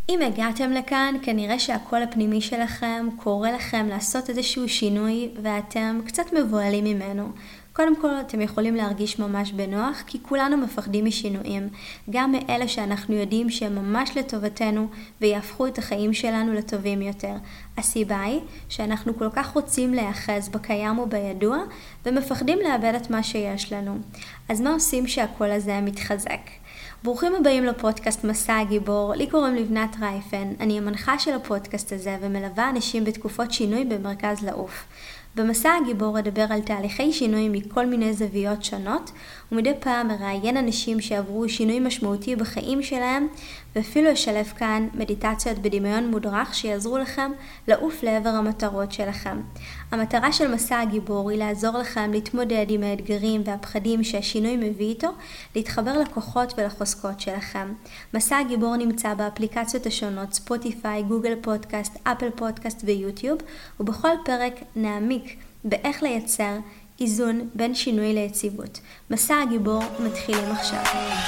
אם הגעתם לכאן, כנראה שהקול הפנימי שלכם קורא לכם לעשות איזשהו שינוי ואתם קצת מבוהלים ממנו. קודם כל, אתם יכולים להרגיש ממש בנוח, כי כולנו מפחדים משינויים, גם מאלה שאנחנו יודעים שהם ממש לטובתנו ויהפכו את החיים שלנו לטובים יותר. הסיבה היא שאנחנו כל כך רוצים להיאחז בקיים ובידוע ומפחדים לאבד את מה שיש לנו. אז מה עושים שהקול הזה מתחזק? ברוכים הבאים לפודקאסט מסע הגיבור, לי קוראים לבנת רייפן, אני המנחה של הפודקאסט הזה ומלווה אנשים בתקופות שינוי במרכז לעוף. במסע הגיבור אדבר על תהליכי שינוי מכל מיני זוויות שונות, ומדי פעם מראיין אנשים שעברו שינוי משמעותי בחיים שלהם, ואפילו אשלב כאן מדיטציות בדמיון מודרך שיעזרו לכם לעוף לעבר המטרות שלכם. המטרה של מסע הגיבור היא לעזור לכם להתמודד עם האתגרים והפחדים שהשינוי מביא איתו, להתחבר לכוחות ולחוזקות שלכם. מסע הגיבור נמצא באפליקציות השונות ספוטיפיי, גוגל פודקאסט, אפל פודקאסט ויוטיוב, ובכל פרק נעמיק באיך לייצר איזון בין שינוי ליציבות. מסע הגיבור מתחילים עכשיו.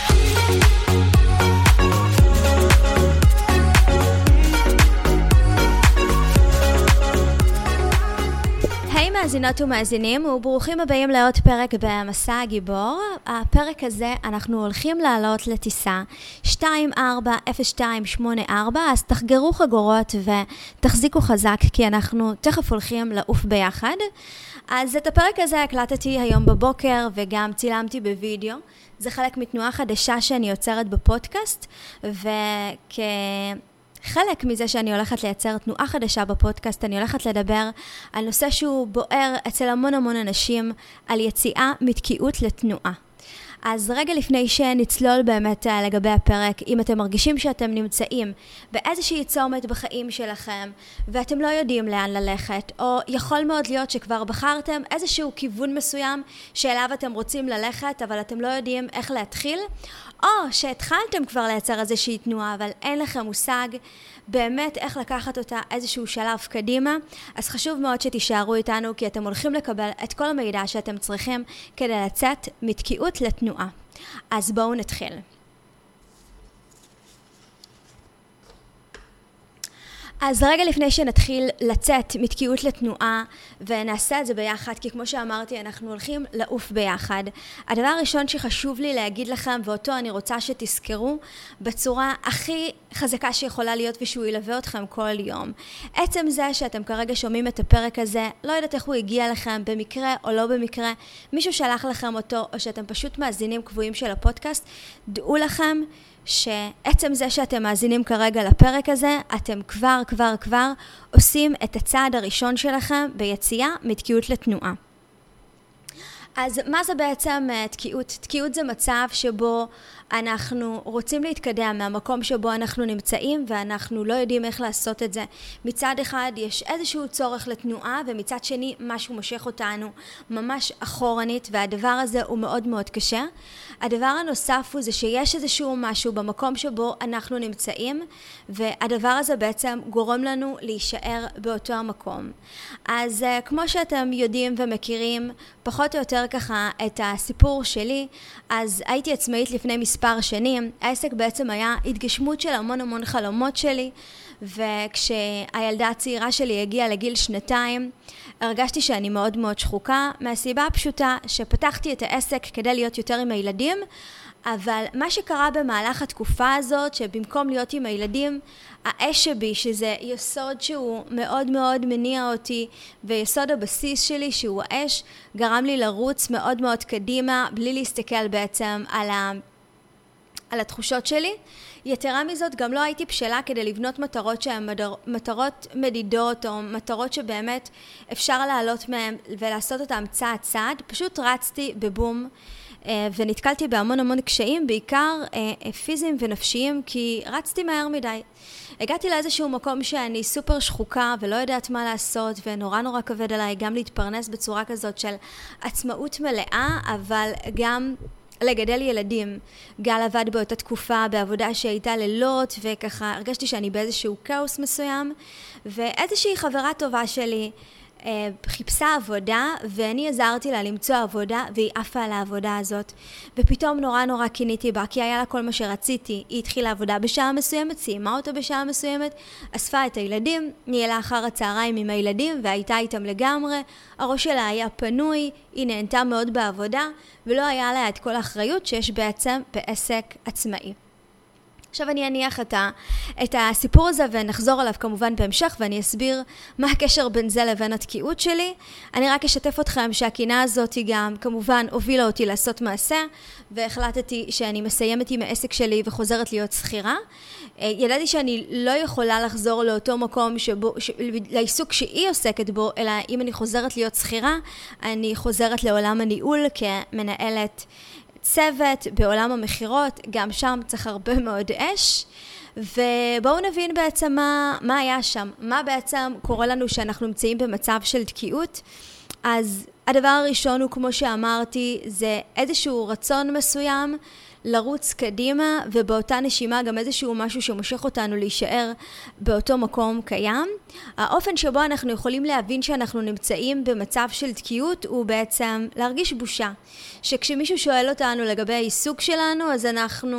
היי מאזינות ומאזינים, וברוכים הבאים לעוד פרק במסע הגיבור. הפרק הזה אנחנו הולכים לעלות לטיסה 240284, אז תחגרו חגורות ותחזיקו חזק, כי אנחנו תכף הולכים לעוף ביחד. אז את הפרק הזה הקלטתי היום בבוקר וגם צילמתי בווידאו. זה חלק מתנועה חדשה שאני יוצרת בפודקאסט, חלק מזה שאני הולכת לייצר תנועה חדשה בפודקאסט, אני הולכת לדבר על נושא שהוא בוער אצל המון אנשים, על יציאה מתקיעות לתנועה. אז רגע לפני שנצלול באמת לגבי הפרק, אם אתם מרגישים שאתם נמצאים באיזושהי צומת בחיים שלכם, ואתם לא יודעים לאן ללכת, או יכול מאוד להיות שכבר בחרתם איזשהו כיוון מסוים שאליו אתם רוצים ללכת, אבל אתם לא יודעים איך להתחיל, או שהתחלתם כבר לייצר איזושהי תנועה, אבל אין לכם מושג באמת איך לקחת אותה איזשהו שלב קדימה, אז חשוב מאוד שתישארו איתנו, כי אתם הולכים לקבל את כל המידע שאתם צריכים כדי לצאת מתקיעות לתנועה. אז בואו נתחיל. אז רגע לפני שנתחיל לצאת מתקיעות לתנועה, ונעשה את זה ביחד, כי כמו שאמרתי, אנחנו הולכים לעוף ביחד. הדבר הראשון שחשוב לי להגיד לכם, ואותו אני רוצה שתזכרו, בצורה הכי חזקה שיכולה להיות, ושהוא ילווה אתכם כל יום. עצם זה שאתם כרגע שומעים את הפרק הזה, לא יודעת איך הוא הגיע לכם, במקרה או לא במקרה, מישהו שלח לכם אותו, או שאתם פשוט מאזינים קבועים של הפודקאסט, דעו לכם שעצם זה שאתם מאזינים כרגע לפרק הזה, אתם כבר עושים את הצעד הראשון שלכם ביציאה מתקיעות לתנועה. אז מה זה בעצם תקיעות? תקיעות זה מצב שבו אנחנו רוצים להתקדם מהמקום שבו אנחנו נמצאים ואנחנו לא יודעים איך לעשות את זה. מצד אחד יש איזשהו צורך לתנועה ומצד שני משהו מושך אותנו ממש אחורנית, והדבר הזה הוא מאוד קשה. הדבר הנוסף הוא זה שיש איזשהו משהו במקום שבו אנחנו נמצאים, והדבר הזה בעצם גורם לנו להישאר באותו המקום. אז כמו שאתם יודעים ומכירים פחות או יותר ככה את הסיפור שלי, אז הייתי עצמאית לפני מספר שנים. העסק בעצם היה התגשמות של המון חלומות שלי, וכשהילדה הצעירה שלי הגיעה לגיל 2, הרגשתי שאני מאוד שחוקה, מהסיבה הפשוטה שפתחתי את העסק כדי להיות יותר עם הילדים, אבל מה שקרה במהלך התקופה הזאת, שבמקום להיות עם הילדים, האש שבי, שזה יסוד שהוא מאוד מניע אותי, ויסוד הבסיס שלי שהוא האש, גרם לי לרוץ מאוד קדימה, בלי להסתכל בעצם על התחושות שלי. יתרה מזאת, גם לא הייתי בשלה כדי לבנות מטרות שהן מטרות מדידות, או מטרות שבאמת אפשר לעלות מהן ולעשות אותן צעד. פשוט רצתי בבום, ונתקלתי בהמון קשיים, בעיקר פיזיים ונפשיים, כי רצתי מהר מדי. הגעתי לאיזשהו מקום שאני סופר שחוקה ולא יודעת מה לעשות, ונורא כבד עליי גם להתפרנס בצורה כזאת של עצמאות מלאה, אבל גם לגדל ילדים. גל עבד באותה תקופה בעבודה שהייתה לילות, וככה הרגשתי שאני באיזשהו כאוס מסוים, ואיזושהי חברה טובה שלי חיפשה עבודה, ואני עזרתי לה למצוא עבודה, והיא עפה על העבודה הזאת. ופתאום נורא קיניתי בה, כי היה לה כל מה שרציתי. היא התחילה עבודה בשעה מסוימת, סיימה אותה בשעה מסוימת, אספה את הילדים, ניהלה אחר הצהריים עם הילדים, והייתה איתם לגמרי. הראש שלה היה פנוי, היא נהנתה מאוד בעבודה, ולא היה לה את כל האחריות שיש בעצם בעסק עצמאי. עכשיו אני אניח את הסיפור הזה ונחזור עליו כמובן בהמשך, ואני אסביר מה הקשר בין זה לבין התקיעות שלי. אני רק אשתף אתכם שהקינה הזאת היא גם כמובן הובילה אותי לעשות מעשה, והחלטתי שאני מסיימת עם העסק שלי וחוזרת להיות שכירה. ידעתי שאני לא יכולה לחזור לאותו מקום לעיסוק שהיא עוסקת בו, אלא אם אני חוזרת להיות שכירה, אני חוזרת לעולם הניהול כמנהלת צוות, בעולם המחירות, גם שם צריך הרבה מאוד אש. ובואו נבין בעצם מה היה שם, מה בעצם קורה לנו שאנחנו נמצאים במצב של תקיעות. אז הדבר הראשון הוא, כמו שאמרתי, זה איזשהו רצון מסוים לרוץ קדימה, ובאותה נשימה גם איזשהו משהו שמושך אותנו להישאר באותו מקום קיים. האופן שבו אנחנו יכולים להבין שאנחנו נמצאים במצב של תקיעות הוא בעצם להרגיש בושה. שכשמישהו שואל אותנו לגבי העיסוק שלנו, אז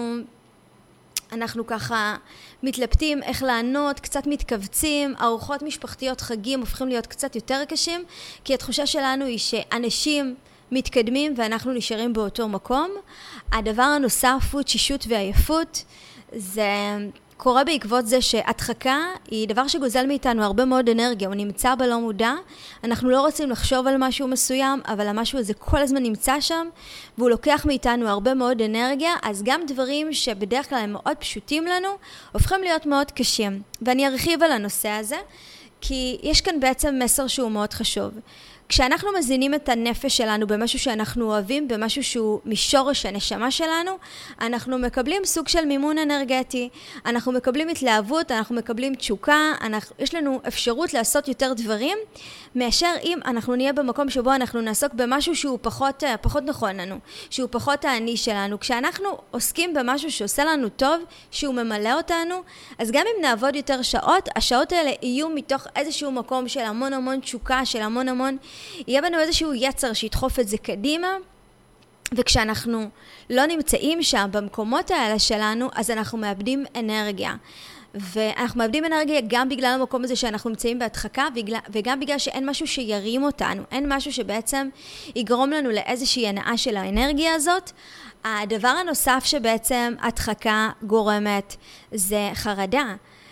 אנחנו ככה מתלבטים איך לענות, קצת מתכווצים, ארוחות משפחתיות, חגים הופכים להיות קצת יותר קשים, כי התחושה שלנו היא שאנשים מתקדמים ואנחנו נשארים באותו מקום. הדבר הנוסף הוא תשישות ועייפות. זה קורה בעקבות זה שהדחקה היא דבר שגוזל מאיתנו הרבה מאוד אנרגיה, הוא נמצא בלא מודע, אנחנו לא רוצים לחשוב על משהו מסוים, אבל המשהו הזה כל הזמן נמצא שם, והוא לוקח מאיתנו הרבה מאוד אנרגיה, אז גם דברים שבדרך כלל הם מאוד פשוטים לנו, הופכים להיות מאוד קשים. ואני ארחיב על הנושא הזה, כי יש כאן בעצם מסר שהוא מאוד חשוב. כשאנחנו מזינים את הנפש שלנו במשהו שאנחנו אוהבים, במשהו שהוא משורש הנשמה שלנו, אנחנו מקבלים סוג של מימון אנרגטי, אנחנו מקבלים התלהבות, אנחנו מקבלים תשוקה, יש לנו אפשרות לעשות יותר דברים, מאשר אם אנחנו נהיה במקום שבו אנחנו נעסוק במשהו שהוא פחות נכון לנו, שהוא פחות העני שלנו. כשאנחנו עוסקים במשהו שעושה לנו טוב, שהוא ממלא אותנו, אז גם אם נעבוד יותר שעות, השעות האלה יהיו מתוך איזשהו מקום של המון תשוקה, של המון יהיה בנו איזשהו יצר שידחוף את זה קדימה, וכשאנחנו לא נמצאים שם במקומות האלה שלנו, אז אנחנו מאבדים אנרגיה. ואנחנו מאבדים אנרגיה גם בגלל המקום הזה שאנחנו נמצאים בהדחקה, וגם בגלל שאין משהו שירים אותנו, אין משהו שבעצם יגרום לנו לאיזושהי הנאה של האנרגיה הזאת. הדבר הנוסף שבעצם הדחקה גורמת זה חרדה.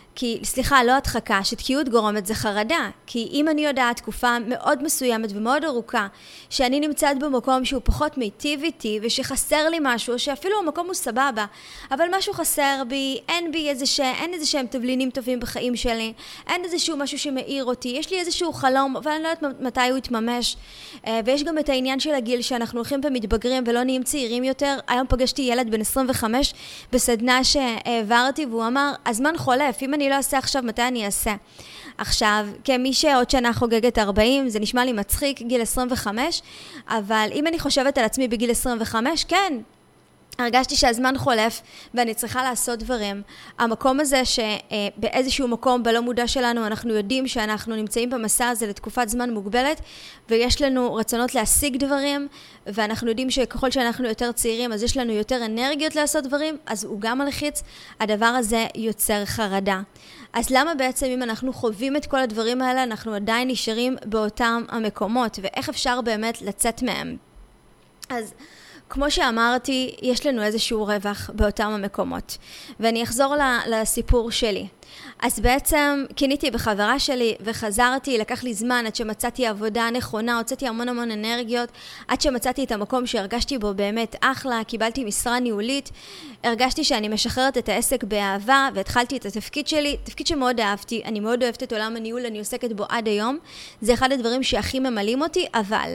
לא הדחקה, שתקיעות גורמת זה חרדה. כי אם אני יודעת תקופה מאוד מסוימת ומאוד ארוכה, שאני נמצאת במקום שהוא פחות מיטיב איתי, ושחסר לי משהו, שאפילו המקום הוא סבבה, אבל משהו חסר בי, אין איזה שהם תבלינים טובים בחיים שלי, אין איזשהו משהו שמאיר אותי, יש לי איזשהו חלום, אבל אני לא יודעת מתי הוא יתממש. ויש גם את העניין של הגיל, שאנחנו הולכים ומתבגרים ולא נהיים צעירים יותר. היום פגשתי ילד בן 25 בסדנה שהעברתי, והוא אמר, הזמן חולף, אם אני לא אעשה עכשיו, מתי אני אעשה? עכשיו, כמי שעוד שנה חוגגת 40, זה נשמע לי מצחיק, גיל 25, אבל אם אני חושבת על עצמי בגיל 25, כן, הרגשתי שהזמן חולף ואני צריכה לעשות דברים. המקום הזה שבאיזשהו מקום בלא מודע שלנו אנחנו יודעים שאנחנו נמצאים במסע הזה לתקופת זמן מוגבלת, ויש לנו רצונות להשיג דברים, ואנחנו יודעים שככל שאנחנו יותר צעירים אז יש לנו יותר אנרגיות לעשות דברים, אז הוא גם מלחיץ. הדבר הזה יוצר חרדה. אז למה בעצם אם אנחנו חווים את כל הדברים האלה אנחנו עדיין נשארים באותם המקומות, ואיך אפשר באמת לצאת מהם? אז כמו שאמרתי, יש לנו איזשהו רווח באותם המקומות. ואני אחזור לסיפור שלי. אז בעצם קיניתי בחברה שלי וחזרתי, לקח לי זמן עד שמצאתי עבודה נכונה, הוצאתי המון אנרגיות, עד שמצאתי את המקום שהרגשתי בו באמת אחלה, קיבלתי משרה ניהולית, הרגשתי שאני משחררת את העסק באהבה, והתחלתי את התפקיד שלי, תפקיד שמאוד אהבתי, אני מאוד אוהבת את עולם הניהול, אני עוסקת בו עד היום, זה אחד הדברים שהכי ממלאים אותי, אבל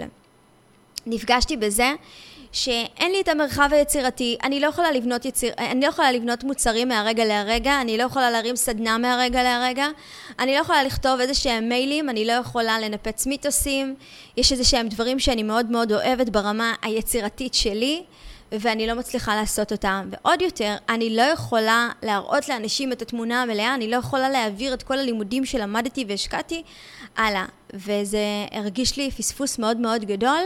נפגשתי בזה, שאין לי את המרחב היצירתי, אני לא יכולה לבנות מוצרים מהרגע להרגע, אני לא יכולה להרים סדנה מהרגע להרגע, אני לא יכולה לכתוב איזה שהם מיילים, אני לא יכולה לנפץ מיתוסים, יש איזה שהם דברים שאני מאוד אוהבת ברמה היצירתית שלי, ואני לא מצליחה לעשות אותם. ועוד יותר, אני לא יכולה להראות לאנשים את התמונה המלאה, אני לא יכולה להעביר את כל הלימודים שלמדתי והשקעתי הלאה. וזה הרגיש לי פספוס מאוד מאוד גדול,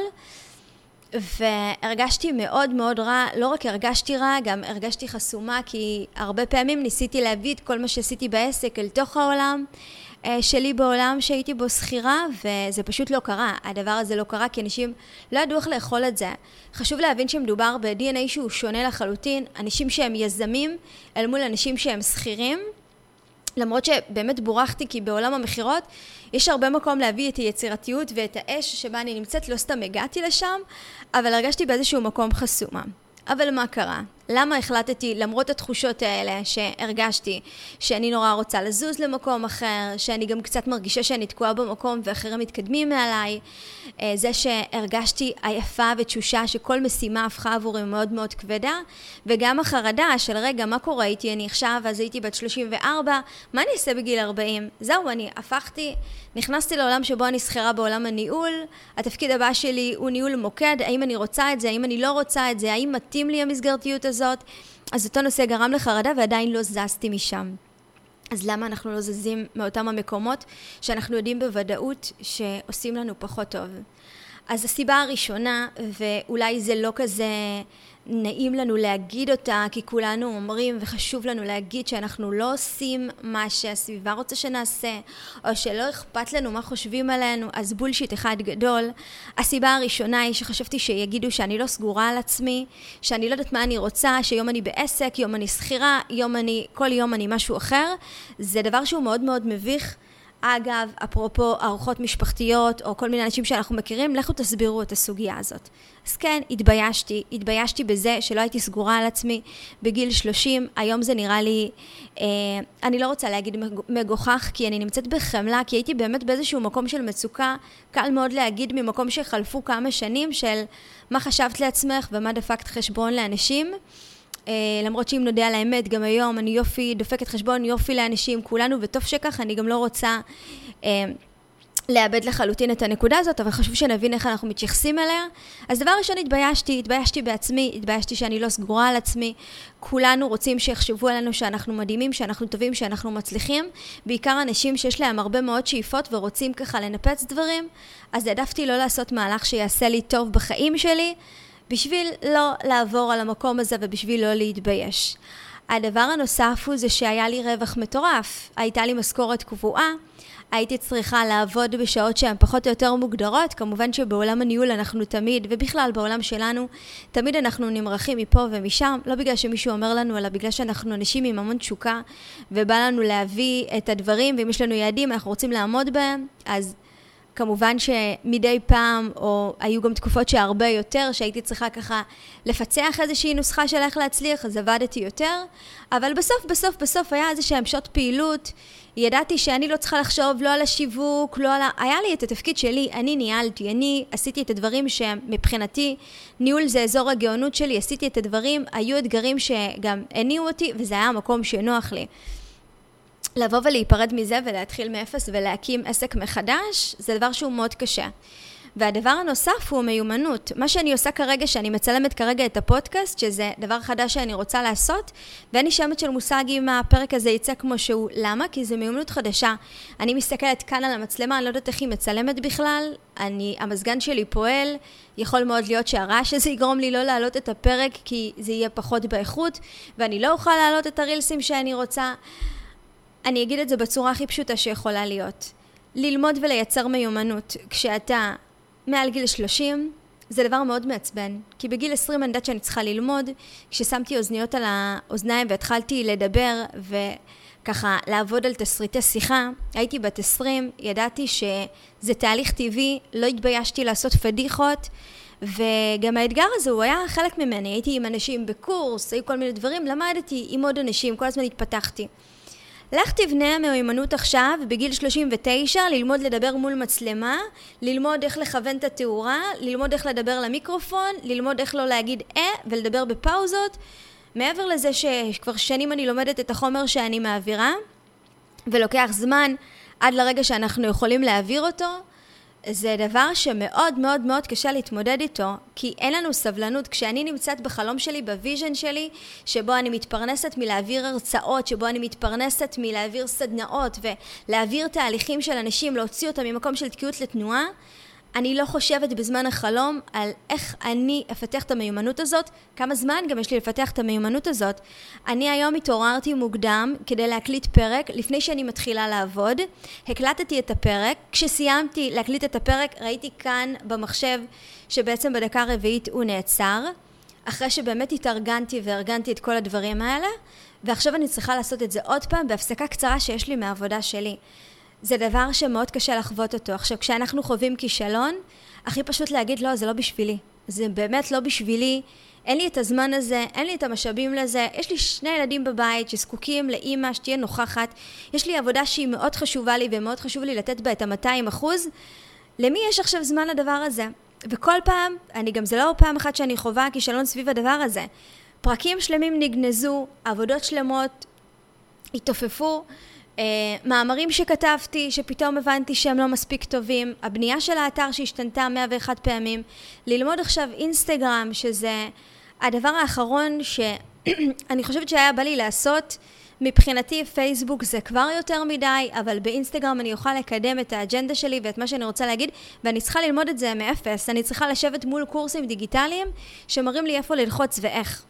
והרגשתי מאוד מאוד רע. לא רק הרגשתי רע, גם הרגשתי חסומה, כי הרבה פעמים ניסיתי להביא את כל מה שעשיתי בעסק אל תוך העולם שלי, בעולם שהייתי בו שכירה, וזה פשוט לא קרה. הדבר הזה לא קרה כי אנשים לא ידעו איך לאכול את זה. חשוב להבין שמדובר ב-DNA שהוא שונה לחלוטין, אנשים שהם יזמים אל מול אנשים שהם שכירים, למרות שבאמת בורחתי, כי בעולם המחירות יש הרבה מקום להביא את היצירתיות ואת האש שבה אני נמצאת. לא סתם הגעתי לשם, אבל הרגשתי באיזשהו מקום חסומה. אבל מה קרה? למה החלטתי, למרות התחושות האלה שהרגשתי, שאני נורא רוצה לזוז למקום אחר, שאני גם קצת מרגישה שאני תקועה במקום ואחרים מתקדמים מעליי, זה שהרגשתי עייפה ותשושה, שכל משימה הפכה עבורי מאוד מאוד כבדה, וגם החרדה של רגע, מה קורה איתי? אני עכשיו, אז הייתי בת 34, מה אני אעשה בגיל 40? זהו, אני נכנסתי לעולם שבו אני שכירה בעולם הניהול, התפקיד הבא שלי הוא ניהול מוקד, האם אני רוצה את זה, האם אני לא רוצה את זה, האם מתאים לי המסגרתיות הזאת? אז אותו נושא גרם לחרדה ועדיין לא זזתי משם. אז למה אנחנו לא זזים מאותם המקומות שאנחנו יודעים בוודאות שעושים לנו פחות טוב? אז הסיבה הראשונה, ואולי זה לא כזה נעים לנו להגיד אותה, כי כולנו אומרים וחשוב לנו להגיד שאנחנו לא עושים מה שהסביבה רוצה שנעשה, או שלא אכפת לנו מה חושבים עלינו, אז בולשיט אחד גדול. הסיבה הראשונה היא שחשבתי שיגידו שאני לא סגורה על עצמי, שאני לא יודעת מה אני רוצה, שיום אני בעסק, יום אני שכירה, כל יום אני משהו אחר. זה דבר שהוא מאוד מאוד מביך. אגב, אפרופו ארוחות משפחתיות או כל מיני אנשים שאנחנו מכירים, לכו תסבירו את הסוגיה הזאת. אז כן, התביישתי בזה שלא הייתי סגורה על עצמי בגיל 30. היום זה נראה לי, אני לא רוצה להגיד מגוחך, כי אני נמצאת בחמלה, כי הייתי באמת באיזשהו מקום של מצוקה. קל מאוד להגיד ממקום שחלפו כמה שנים של מה חשבת לעצמך ומה דפקת חשבון לאנשים. למרות שאם נודע על האמת, גם היום אני דופקת חשבון יופי לאנשים, כולנו, וטוב שכך. אני גם לא רוצה לאבד לחלוטין את הנקודה הזאת, אבל חשוב שנבין איך אנחנו מתייחסים אליה. אז דבר ראשון, התביישתי בעצמי, התביישתי שאני לא סגורה על עצמי. כולנו רוצים שיחשבו עלינו שאנחנו מדהימים, שאנחנו טובים, שאנחנו מצליחים, בעיקר אנשים שיש להם הרבה מאוד שאיפות ורוצים ככה לנפץ דברים. אז העדפתי לא לעשות מהלך שיעשה לי טוב בחיים שלי, בשביל לא לעבור על המקום הזה ובשביל לא להתבייש. הדבר הנוסף הוא זה שהיה לי רווח מטורף. הייתה לי משכורת קבועה, הייתי צריכה לעבוד בשעות שהן פחות או יותר מוגדרות. כמובן שבעולם הניהול אנחנו תמיד, ובכלל בעולם שלנו, תמיד אנחנו נמרחים מפה ומשם, לא בגלל שמישהו אומר לנו, אלא בגלל שאנחנו אנשים עם המון תשוקה, ובא לנו להביא את הדברים, ואם יש לנו יעדים אנחנו רוצים לעמוד בהם, אז כמובן שמדי פעם, או היו גם תקופות שהרבה יותר, שהייתי צריכה ככה לפצח איזושהי נוסחה של איך להצליח, אז עבדתי יותר. אבל בסוף היה איזושהי שעות פעילות. ידעתי שאני לא צריכה לחשוב לא על השיווק, היה לי את התפקיד שלי, אני ניהלתי, אני עשיתי את הדברים שמבחינתי, ניהול זה אזור הגאונות שלי, עשיתי את הדברים, היו אתגרים שגם הניעו אותי, וזה היה המקום שנוח לי. לבוא ולהיפרד מזה ולהתחיל מאפס ולהקים עסק מחדש, זה דבר שהוא מאוד קשה. והדבר הנוסף הוא מיומנות. מה שאני עושה כרגע, שאני מצלמת כרגע את הפודקאסט, שזה דבר חדש שאני רוצה לעשות, ואין לי שמץ של מושג אם הפרק הזה יצא כמו שהוא. למה? כי זה מיומנות חדשה. אני מסתכלת כאן על המצלמה, אני לא יודעת איך היא מצלמת בכלל, המזגן שלי פועל, יכול מאוד להיות שהרעש הזה יגרום לי לא להעלות את הפרק, כי זה יהיה פחות באיכות, ואני לא אוכל להעלות את הרילסים שאני רוצה. אני אגיד את זה בצורה הכי פשוטה שיכולה להיות. ללמוד ולייצר מיומנות כשאתה מעל גיל 30, זה דבר מאוד מעצבן. כי בגיל 20 אני יודעת שאני צריכה ללמוד. כששמתי אוזניות על האוזניים והתחלתי לדבר וככה לעבוד על תסריטי שיחה, הייתי בת 20, ידעתי שזה תהליך טבעי, לא התביישתי לעשות פדיחות, וגם האתגר הזה הוא היה חלק ממני. הייתי עם אנשים בקורס, היו כל מיני דברים, למדתי עם עוד אנשים, כל הזמן התפתחתי. לך תבנה מיומנות עכשיו, בגיל 39, ללמוד לדבר מול מצלמה, ללמוד איך לכוון את התאורה, ללמוד איך לדבר למיקרופון, ללמוד איך לא להגיד ולדבר בפאוזות. מעבר לזה שכבר שנים אני לומדת את החומר שאני מעבירה, ולוקח זמן עד לרגע שאנחנו יכולים להעביר אותו, זה דבר שמאוד מאוד מאוד קשה להתמודד איתו, כי אין לנו סבלנות. כשאני נמצאת בחלום שלי, בוויז'ן שלי, שבו אני מתפרנסת מלהעביר הרצאות, שבו אני מתפרנסת מלהעביר סדנאות ולהעביר תהליכים של אנשים, להוציא אותם ממקום של תקיעות לתנועה, אני לא חושבת בזמן החלום על איך אני אפתח את המיומנות הזאת, כמה זמן גם יש לי לפתח את המיומנות הזאת. אני היום התעוררתי מוקדם כדי להקליט פרק, לפני שאני מתחילה לעבוד, הקלטתי את הפרק, כשסיימתי להקליט את הפרק ראיתי כאן במחשב שבעצם בדקה הרביעית הוא נעצר, אחרי שבאמת התארגנתי וארגנתי את כל הדברים האלה, ועכשיו אני צריכה לעשות את זה עוד פעם בהפסקה קצרה שיש לי מהעבודה שלי. זה דבר שמאוד קשה לחוות אותו. עכשיו, כשאנחנו חווים כישלון, הכי פשוט להגיד, לא, זה לא בשבילי. זה באמת לא בשבילי. אין לי את הזמן הזה, אין לי את המשאבים לזה. יש לי 2 ילדים בבית שזקוקים לאמא שתהיה נוכחת. יש לי עבודה שהיא מאוד חשובה לי, ומאוד חשוב לי לתת בה את 200%. למי יש עכשיו זמן לדבר הזה? וכל פעם, זה לא פעם אחת שאני חווה כישלון סביב הדבר הזה. פרקים שלמים נגנזו, עבודות שלמות התעופפו, מאמרים שכתבתי שפתאום הבנתי שהם לא מספיק טובים, הבנייה של האתר שהשתנתה 101 פעמים, ללמוד עכשיו אינסטגרם, שזה הדבר האחרון שאני חושבת שהיה בא לי לעשות. מבחינתי פייסבוק זה כבר יותר מדי, אבל באינסטגרם אני אוכל לקדם את האג'נדה שלי ואת מה שאני רוצה להגיד, ואני צריכה ללמוד את זה מאפס. אני צריכה לשבת מול קורסים דיגיטליים שמראים לי איפה ללחוץ ואיך.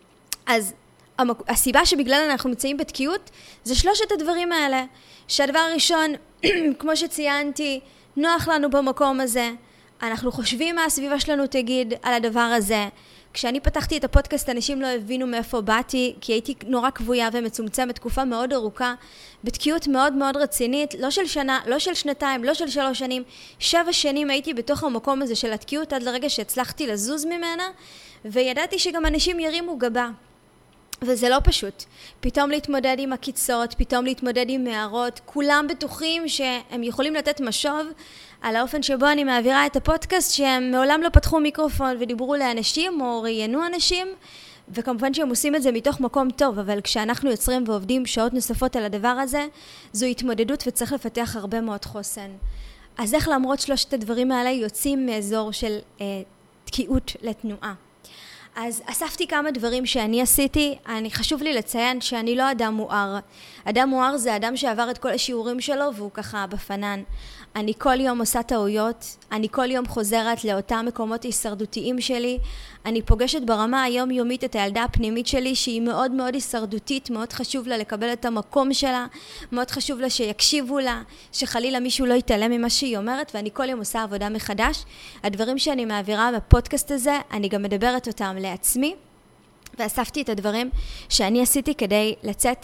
אז הסיבה שבגלל אנחנו מצאים בתקיעות זה 3 הדברים האלה. שהדבר הראשון, כמו שציינתי, נוח לנו במקום הזה. אנחנו חושבים מה הסביבה שלנו תגיד על הדבר הזה. כשאני פתחתי את הפודקאסט, אנשים לא הבינו מאיפה באתי, כי הייתי נורא קבויה ומצומצמת, תקופה מאוד ארוכה, בתקיעות מאוד מאוד רצינית, לא של שנה, לא של 2, לא של 3 שנים, 7 שנים הייתי בתוך המקום הזה של התקיעות, עד לרגע שהצלחתי לזוז ממנה, וידעתי שגם אנשים ירימו גבה. וזה לא פשוט. פתאום להתמודד עם הקיצות, פתאום להתמודד עם מערות, כולם בטוחים שהם יכולים לתת משוב על האופן שבו אני מעבירה את הפודקאסט, שהם מעולם לא פתחו מיקרופון ודיברו לאנשים או ראיינו אנשים, וכמובן שהם עושים את זה מתוך מקום טוב, אבל כשאנחנו יוצרים ועובדים שעות נוספות על הדבר הזה, זו התמודדות וצריך לפתח הרבה מאוד חוסן. אז איך למרות 3 הדברים האלה יוצאים מאזור של תקיעות לתנועה? אז אספתי כמה דברים שאני עשיתי. חשוב לי לציין שאני לא אדם מואר. אדם מואר זה אדם שעבר את כל השיעורים שלו והוא ככה בפנן. אני כל יום עושה טעויות, אני כל יום חוזרת לאותם מקומות הישרדותיים שלי, אני פוגשת ברמה היומיומית את הילדה הפנימית שלי שהיא מאוד מאוד הישרדותית, מאוד חשוב לה לקבל את המקום שלה, מאוד חשוב לה שיקשיבו לה, שחלילה מישהו לא יתעלם ממה שהיא אומרת, ואני כל יום עושה עבודה מחדש. הדברים שאני מעבירה בפודקאסט הזה, אני גם מדברת אותם לעצמי, ואספתי את הדברים שאני עשיתי כדי לצאת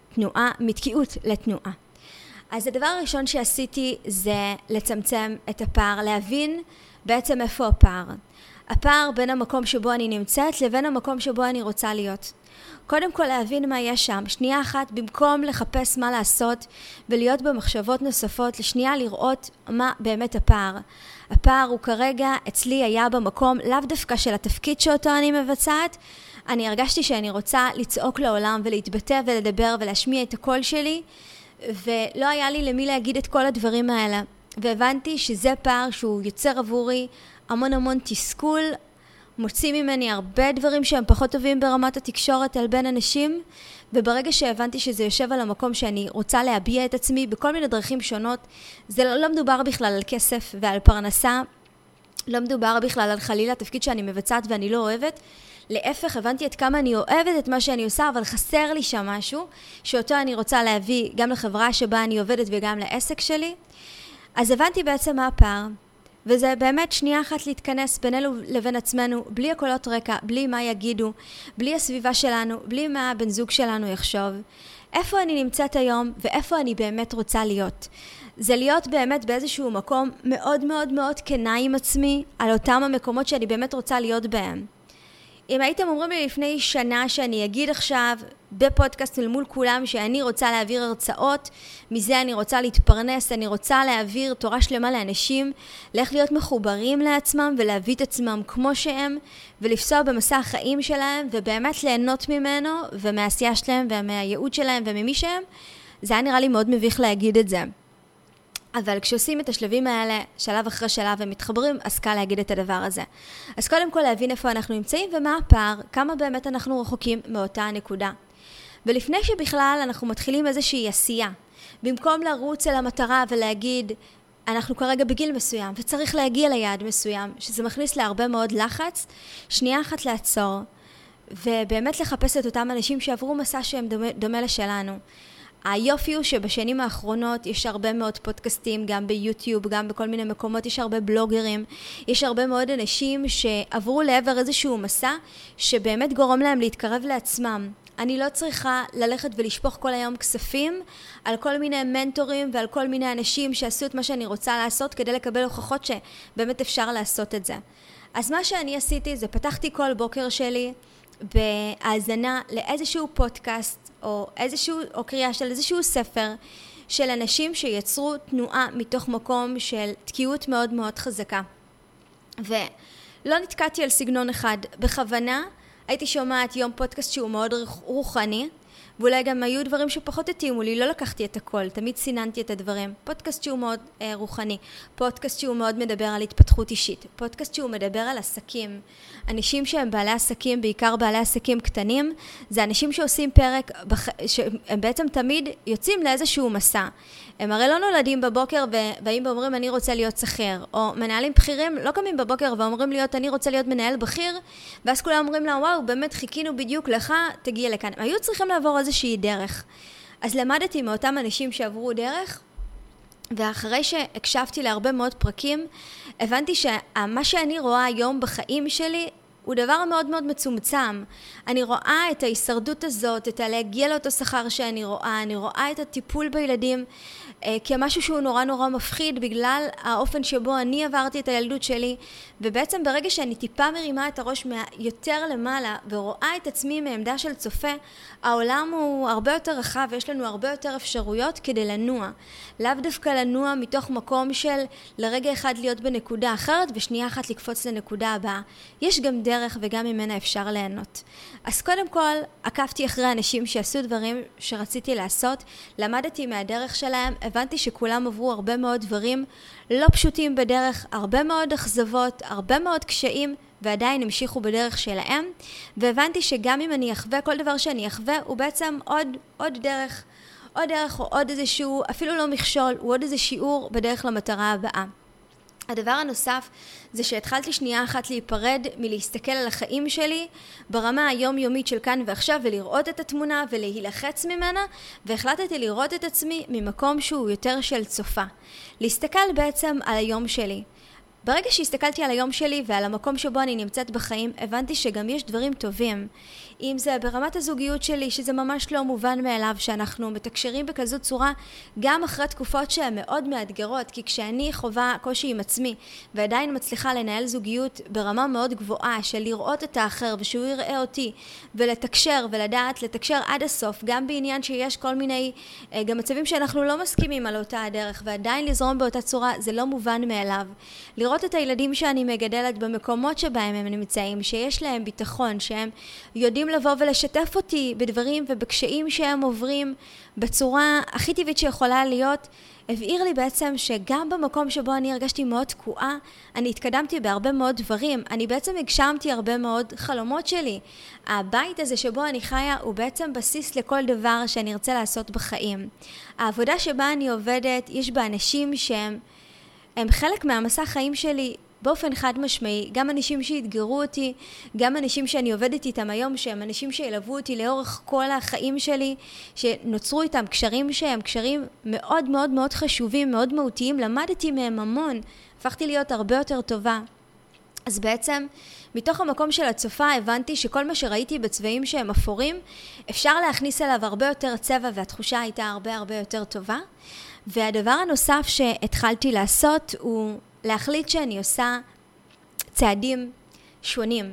מתקיעות לתנועה. אז הדבר הראשון שעשיתי זה לצמצם את הפער, להבין בעצם איפה הפער. הפער בין המקום שבו אני נמצאת לבין המקום שבו אני רוצה להיות. קודם כל להבין מה יש שם, שנייה אחת במקום לחפש מה לעשות ולהיות במחשבות נוספות, לשנייה לראות מה באמת הפער. הפער הוא כרגע אצלי היה במקום לאו דווקא של התפקיד שאותו אני מבצעת, אני הרגשתי שאני רוצה לצעוק לעולם ולהתבטא ולדבר ולהשמיע את הקול שלי, ולא היה לי למי להגיד את כל הדברים האלה. והבנתי שזה פער שהוא יוצר עבורי המון תסכול, מוציא ממני הרבה דברים שהם פחות טובים ברמת התקשורת על בין אנשים, וברגע שהבנתי שזה יושב על המקום שאני רוצה להביע את עצמי בכל מיני דרכים שונות, זה לא מדובר בכלל על כסף ועל פרנסה, לא מדובר בכלל על חלילה תפקיד שאני מבצעת ואני לא אוהבת, להפך, הבנתי עד כמה אני אוהבת את מה שאני עושה, אבל חסר לי שם משהו, שאותו אני רוצה להביא גם לחברה שבה אני עובדת וגם לעסק שלי. אז הבנתי בעצם מה הפער, וזה באמת שנייה אחת להתכנס בינינו לבין עצמנו, בלי הקולות רקע, בלי מה יגידו, בלי הסביבה שלנו, בלי מה הבן זוג שלנו יחשוב. איפה אני נמצאת היום ואיפה אני באמת רוצה להיות. זה להיות באמת באיזשהו מקום מאוד מאוד מאוד כנה עם עצמי, על אותם המקומות שאני באמת רוצה להיות בהם. אם הייתם אומרים לי לפני שנה שאני אגיד עכשיו בפודקאסט מול כולם שאני רוצה להעביר הרצאות, מזה אני רוצה להתפרנס, אני רוצה להעביר תורה שלמה לאנשים, לאיך להיות מחוברים לעצמם ולהביא את עצמם כמו שהם, ולפסוע במסע החיים שלהם ובאמת ליהנות ממנו ומהעשייה שלהם ומהייעוד שלהם וממי שהם, זה היה נראה לי מאוד מביך להגיד את זה. אבל כשעושים את השלבים האלה, שלב אחרי שלב ומתחברים, אז קל להגיד את הדבר הזה. אז קודם כל להבין איפה אנחנו נמצאים ומה הפער, כמה באמת אנחנו רחוקים מאותה הנקודה. ולפני שבכלל אנחנו מתחילים איזושהי עשייה, במקום לרוץ אל המטרה ולהגיד, אנחנו כרגע בגיל מסוים וצריך להגיע ליעד מסוים, שזה מכניס להרבה מאוד לחץ, שנייה אחת לעצור, ובאמת לחפש את אותם אנשים שעברו מסע שהם דומה לשלנו. היופי הוא שבשנים האחרונות יש הרבה מאוד פודקאסטים, גם ביוטיוב, גם בכל מיני מקומות, יש הרבה בלוגרים, יש הרבה מאוד אנשים שעברו לעבר איזשהו מסע שבאמת גורם להם להתקרב לעצמם. אני לא צריכה ללכת ולשפוך כל היום כספים על כל מיני מנטורים ועל כל מיני אנשים שעשו את מה שאני רוצה לעשות כדי לקבל הוכחות שבאמת אפשר לעשות את זה. אז מה שאני עשיתי זה פתחתי כל בוקר שלי בהאזנה לאיזשהו פודקאסט או קריאה של איזשהו ספר של אנשים שיצרו תנועה מתוך מקום של תקיעות מאוד מאוד חזקה. ולא נתקעתי על סגנון אחד. בכוונה הייתי שומעת יום פודקאסט שהוא מאוד רוחני, ואולי גם היו דברים שפחות התאימו לי, לא לקחתי את הכל, תמיד סיננתי את הדברים. פודקאסט שהוא מאוד רוחני, פודקאסט שהוא מאוד מדבר על התפתחות אישית, פודקאסט שהוא מדבר על עסקים. אנשים שהם בעלי עסקים, בעיקר בעלי עסקים קטנים, זה אנשים שעושים פרק, שהם בעצם תמיד יוצאים לאיזשהו מסע. הם הרי לא נולדים בבוקר ובאים ואומרים אני רוצה להיות שכיר, או מנהלים בכירים לא קמים בבוקר ואומרים להיות אני רוצה להיות מנהל בכיר, ואז כולם אומרים לה וואו באמת חיכינו בדיוק לך, תגיע לכאן. הם היו צריכים לעבור איזושהי דרך. אז למדתי מאותם אנשים שעברו דרך, ואחרי שהקשבתי להרבה מאוד פרקים, הבנתי שמה שאני רואה היום בחיים שלי הוא דבר מאוד מאוד מצומצם. אני רואה את ההישרדות הזאת, את להגיע לאותו שכר שאני רואה, אני רואה את הטיפול בילדים כמשהו שהוא נורא נורא מפחיד בגלל האופן שבו אני עברתי את הילדות שלי, ובעצם ברגע שאני טיפה מרימה את הראש יותר למעלה ורואה את עצמי מעמדה של צופה, העולם הוא הרבה יותר רחב ויש לנו הרבה יותר אפשרויות כדי לנוע. לאו דווקא לנוע מתוך מקום של לרגע אחד להיות בנקודה אחרת ושנייה אחת לקפוץ לנקודה הבאה. יש גם דרך וגם ממנה אפשר ליהנות. אז קודם כל עקבתי אחרי אנשים שעשו דברים שרציתי לעשות, למדתי מהדרך שלהם, הבנתי שכולם עברו הרבה מאוד דברים לא פשוטים בדרך, הרבה מאוד אכזבות, הרבה מאוד קשיים, ועדיין המשיכו בדרך שלהם, והבנתי שגם אם אני אחווה, כל דבר שאני אחווה הוא בעצם עוד דרך או עוד איזשהו, אפילו לא מכשול, הוא עוד איזה שיעור בדרך למטרה הבאה. הדבר הנוסף זה שהתחלתי שנייה אחת להיפרד מלהסתכל על החיים שלי ברמה היומיומית של כאן ועכשיו ולראות את התמונה ולהילחץ ממנה, והחלטתי לראות את עצמי ממקום שהוא יותר של צופה. להסתכל בעצם על היום שלי. ברגע שהסתכלתי על היום שלי ועל המקום שבו אני נמצאת בחיים, הבנתי שגם יש דברים טובים. אם זה ברמת הזוגיות שלי, שזה ממש לא מובן מאליו שאנחנו מתקשרים בכזו צורה, גם אחרי תקופות שהן מאוד מאתגרות, כי כשאני חווה קושי עם עצמי, ועדיין מצליחה לנהל זוגיות ברמה מאוד גבוהה, של לראות את האחר ושהוא יראה אותי, ולתקשר ולדעת לתקשר עד הסוף, גם בעניין שיש כל מיני, גם מצבים שאנחנו לא מסכימים על אותה הדרך, ועדיין לזרום באותה צורה, זה לא מובן מאליו. לראות את הילדים שאני מגדלת במקומות שבהם הם נמצאים, שיש להם ביטחון, שהם יודעים לבוא ולשתף אותי בדברים ובקשיים שהם עוברים בצורה הכי טבעית שיכולה להיות, הבהיר לי בעצם שגם במקום שבו אני הרגשתי מאוד תקועה, אני התקדמתי בהרבה מאוד דברים, אני בעצם הגשמתי הרבה מאוד חלומות שלי. הבית הזה שבו אני חיה הוא בעצם בסיס לכל דבר שאני ארצה לעשות בחיים. העבודה שבה אני עובדת, יש בה אנשים שהם חלק מהמסע חיים שלי באופן חד משמעי, גם אנשים שהתגרו אותי, גם אנשים שאני עובדת איתם היום, שהם אנשים שילוו אותי לאורך כל החיים שלי, שנוצרו איתם קשרים שהם קשרים מאוד מאוד מאוד חשובים, מאוד מהותיים, למדתי מהם המון, הפכתי להיות הרבה יותר טובה. אז בעצם מתוך המקום של הצופה הבנתי שכל מה שראיתי בצבעים שהם אפורים, אפשר להכניס אליו הרבה יותר צבע והתחושה הייתה הרבה יותר טובה. והדבר הנוסף שהתחלתי לעשות הוא להחליט שאני עושה צעדים שונים,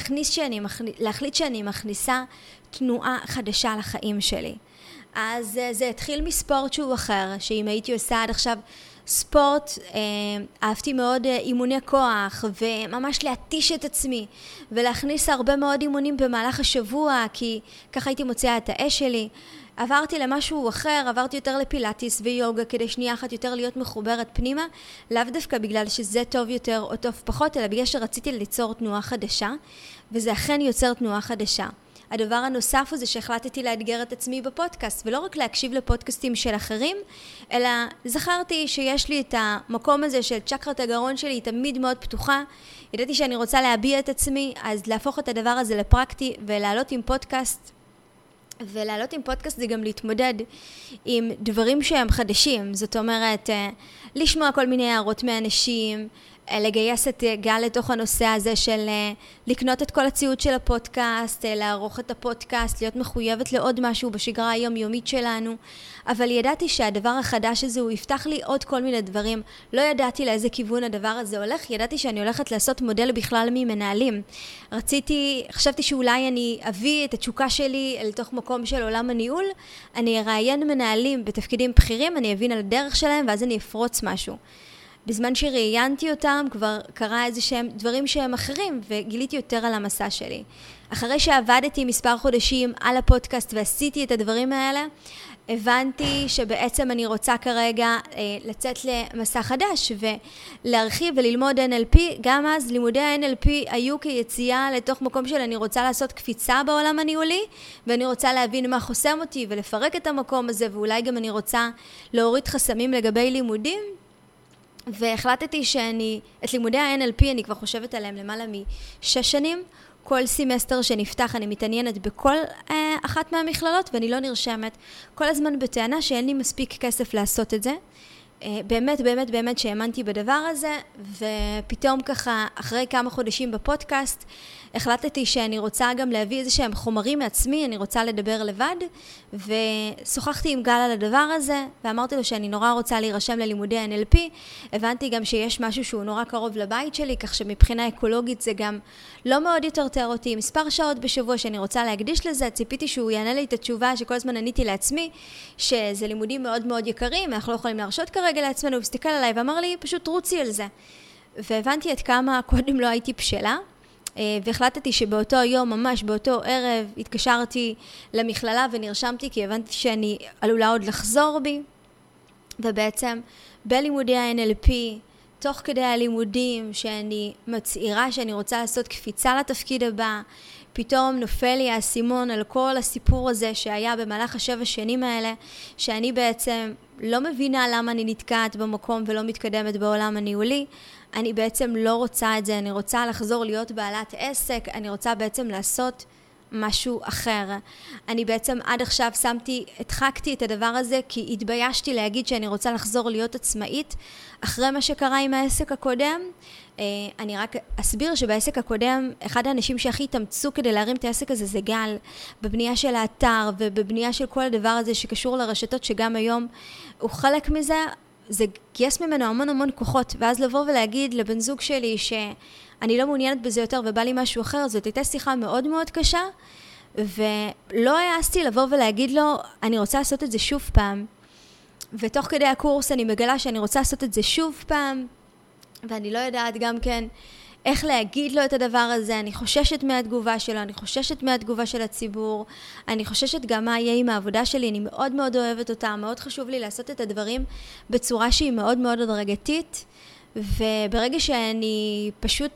להחליט שאני מכניסה תנועה חדשה לחיים שלי. אז זה התחיל מספורט שהוא אחר, שאם הייתי עושה עד עכשיו ספורט, אהבתי מאוד אימוני כוח וממש להתיש את עצמי ולהכניס הרבה מאוד אימונים במהלך השבוע, כי ככה הייתי מוציאה את האש שלי. עברתי למשהו אחר, עברתי יותר לפילאטיס ויוגה כדי שנייה אחת יותר להיות מחוברת פנימה, לאו דווקא בגלל שזה טוב יותר או טוב פחות, אלא בגלל שרציתי ליצור תנועה חדשה, וזה אכן יוצר תנועה חדשה. הדבר הנוסף הוא זה שהחלטתי לאתגר את עצמי בפודקאסט, ולא רק להקשיב לפודקאסטים של אחרים, אלא זכרתי שיש לי את המקום הזה של צ'קרת הגרון שלי, היא תמיד מאוד פתוחה. ידעתי שאני רוצה להביע את עצמי, אז להפוך את הדבר הזה לפרקטי ולעלות עם פודקאסט. ולעלות עם פודקאסט זה גם להתמודד עם דברים שהם חדשים. זאת אומרת, לשמוע כל מיני הערות מאנשים, לגייס את גל לתוך הנושא הזה של לקנות את כל הציוד של הפודקאסט, לערוך את הפודקאסט, להיות מחויבת לעוד משהו בשגרה היומיומית שלנו. אבל ידעתי שהדבר החדש הזה הוא יפתח לי עוד כל מיני דברים. לא ידעתי לאיזה כיוון הדבר הזה הולך, ידעתי שאני הולכת לעשות מודל בכלל ממנהלים. חשבתי שאולי אני אביא את התשוקה שלי אל תוך מקום של עולם הניהול, אני אראיין מנהלים בתפקידים בכירים, אני אבין על הדרך שלהם ואז אני אפרוץ משהו. בזמן שראיינתי אותם כבר קרה איזה שהם דברים שהם אחרים וגיליתי יותר על המסע שלי. אחרי שעבדתי מספר חודשים על הפודקאסט ועשיתי את הדברים האלה, הבנתי שבעצם אני רוצה כרגע לצאת למסע חדש ולהרחיב וללמוד NLP. גם אז לימודי ה-NLP היו כיציאה לתוך מקום של אני רוצה לעשות קפיצה בעולם הניהולי, ואני רוצה להבין מה חוסם אותי ולפרק את המקום הזה, ואולי גם אני רוצה להוריד חסמים לגבי לימודים. והחלטתי את לימודי ה-NLP אני כבר חושבת עליהם למעלה מ6 שנים. כל סמסטר שנפתח אני מתעניינת בכל אחת מהמכללות ואני לא נרשמת, כל הזמן בטענה שאין לי מספיק כסף לעשות את זה. באמת שהאמנתי בדבר הזה, ופתאום ככה אחרי כמה חודשים בפודקאסט החלטתי שאני רוצה גם להביא איזה שהם חומרים מעצמי, אני רוצה לדבר לבד, ושוחחתי עם גל על הדבר הזה, ואמרתי לו שאני נורא רוצה להירשם ללימודי NLP. הבנתי גם שיש משהו שהוא נורא קרוב לבית שלי, כך שמבחינה אקולוגית זה גם לא מאוד יטרטר אותי. מספר שעות בשבוע שאני רוצה להקדיש לזה, ציפיתי שהוא יענה לי את התשובה שכל הזמן עניתי לעצמי, שזה לימודים מאוד מאוד יקרים, אנחנו לא יכולים להרשות כרגע לעצמנו, והסתכל עליי ואמר לי, פשוט רוצי על זה. והבנתי עד כמה קודם לא הייתי בשלה, והחלטתי שבאותו יום, ממש באותו ערב, התקשרתי למכללה ונרשמתי, כי הבנתי שאני עלולה עוד לחזור בי. ובעצם בלימודי ה-NLP, תוך כדי הלימודים שאני מצעירה שאני רוצה לעשות קפיצה לתפקיד הבא, פתאום נופל לי האסימון על כל הסיפור הזה שהיה במהלך 7 שנים האלה, שאני בעצם לא מבינה למה אני נתקעת במקום ולא מתקדמת בעולם הניהולי. אני בעצם לא רוצה את זה, אני רוצה לחזור להיות בעלת עסק, אני רוצה בעצם לעשות משהו אחר. אני בעצם עד עכשיו הדחקתי את הדבר הזה כי התביישתי להגיד שאני רוצה לחזור להיות עצמאית אחרי מה שקרה עם העסק הקודם. אני רק אסביר שבעסק הקודם אחד האנשים שהכי התאמצו כדי להרים את העסק הזה זה גל, בבנייה של האתר ובבנייה של כל הדבר הזה שקשור לרשתות, שגם היום הוא חלק מזה. זה גייס ממנו המון כוחות, ואז לבוא ולהגיד לבן זוג שלי שאני לא מעוניינת בזה יותר ובא לי משהו אחר, זאת הייתה שיחה מאוד מאוד קשה, ולא העזתי לבוא ולהגיד לו אני רוצה לעשות את זה שוב פעם. ותוך כדי הקורס אני מגלה שאני רוצה לעשות את זה שוב פעם, ואני לא יודעת גם כן איך להגיד לו את הדבר הזה. אני חוששת מהתגובה שלו, אני חוששת מהתגובה של הציבור, אני חוששת גם מה יהיה עם העבודה שלי. אני מאוד מאוד אוהבת אותה, מאוד חשוב לי לעשות את הדברים בצורה שהיא מאוד מאוד הדרגתית, וברגע שאני פשוט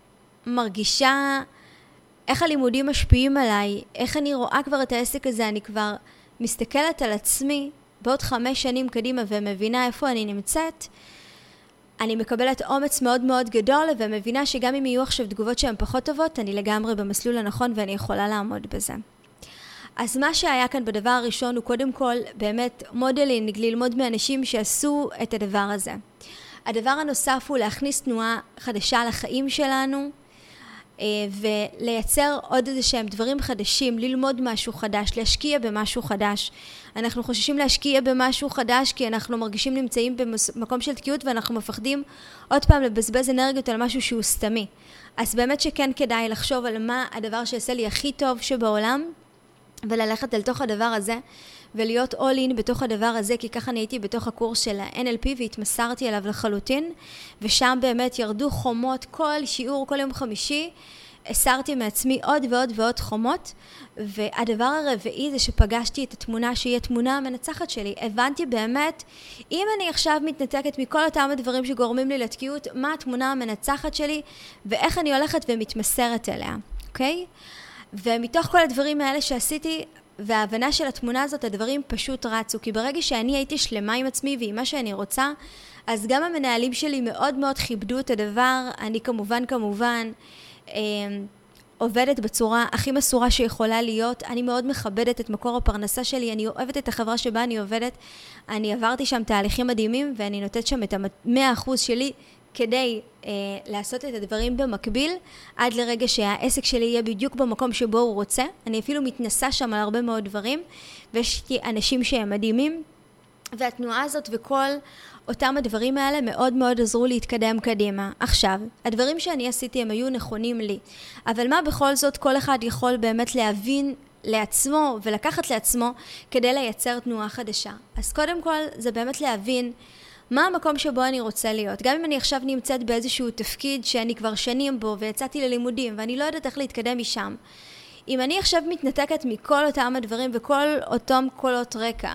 מרגישה איך הלימודים משפיעים עליי, איך אני רואה כבר את העסק הזה, אני כבר מסתכלת על עצמי בעוד 5 שנים קדימה ומבינה איפה אני נמצאת, אני מקבלת אומץ מאוד מאוד גדול, ומבינה שגם אם יהיו עכשיו תגובות שהן פחות טובות, אני לגמרי במסלול הנכון ואני יכולה לעמוד בזה. אז מה שהיה כאן בדבר הראשון הוא קודם כל באמת מודלינג, ללמוד מאנשים שעשו את הדבר הזה. הדבר הנוסף הוא להכניס תנועה חדשה לחיים שלנו, ולייצר עוד איזה שהם דברים חדשים, ללמוד משהו חדש, להשקיע במשהו חדש. אנחנו חוששים להשקיע במשהו חדש כי אנחנו מרגישים נמצאים במקום של תקיעות, ואנחנו מפחדים עוד פעם לבזבז אנרגיות על משהו שהוא סתמי. אז באמת שכן כדאי לחשוב על מה הדבר שעשה לי הכי טוב שבעולם, וללכת אל תוך הדבר הזה ולהיות all in בתוך הדבר הזה, כי ככה אני הייתי בתוך הקורס של ה-NLP והתמסרתי אליו לחלוטין, ושם באמת ירדו חומות כל שיעור, כל יום חמישי, הסרתי מעצמי עוד ועוד ועוד חומות, והדבר הרביעי זה שפגשתי את התמונה שהיא התמונה המנצחת שלי. הבנתי באמת, אם אני עכשיו מתנתקת מכל אותם הדברים שגורמים לי לתקיעות, מה התמונה המנצחת שלי, ואיך אני הולכת ומתמסרת אליה, אוקיי? ומתוך כל הדברים האלה שעשיתי, וההבנה של התמונה הזאת, הדברים פשוט רצו, כי ברגע שאני הייתי שלמה עם עצמי ועם מה שאני רוצה, אז גם המנהלים שלי מאוד מאוד כיבדו את הדבר. אני כמובן, עובדת בצורה הכי מסורה שיכולה להיות. אני מאוד מכבדת את מקור הפרנסה שלי, אני אוהבת את החברה שבה אני עובדת, אני עברתי שם תהליכים מדהימים, ואני נותנת שם את 100% שלי, כדי לעשות את הדברים במקביל, עד לרגע שהעסק שלי יהיה בדיוק במקום שבו הוא רוצה. אני אפילו מתנסה שם על הרבה מאוד דברים, ויש אנשים שהם מדהימים, והתנועה הזאת וכל אותם הדברים האלה מאוד מאוד עזרו להתקדם קדימה. עכשיו, הדברים שאני עשיתי הם היו נכונים לי, אבל מה בכל זאת כל אחד יכול באמת להבין לעצמו ולקחת לעצמו כדי לייצר תנועה חדשה? אז קודם כל זה באמת להבין מה המקום שבו אני רוצה להיות. גם אם אני עכשיו נמצאת באיזשהו תפקיד שאני כבר שנים בו ויצאתי ללימודים ואני לא יודעת איך להתקדם משם, אם אני עכשיו מתנתקת מכל אותם הדברים וכל אותם קולות רקע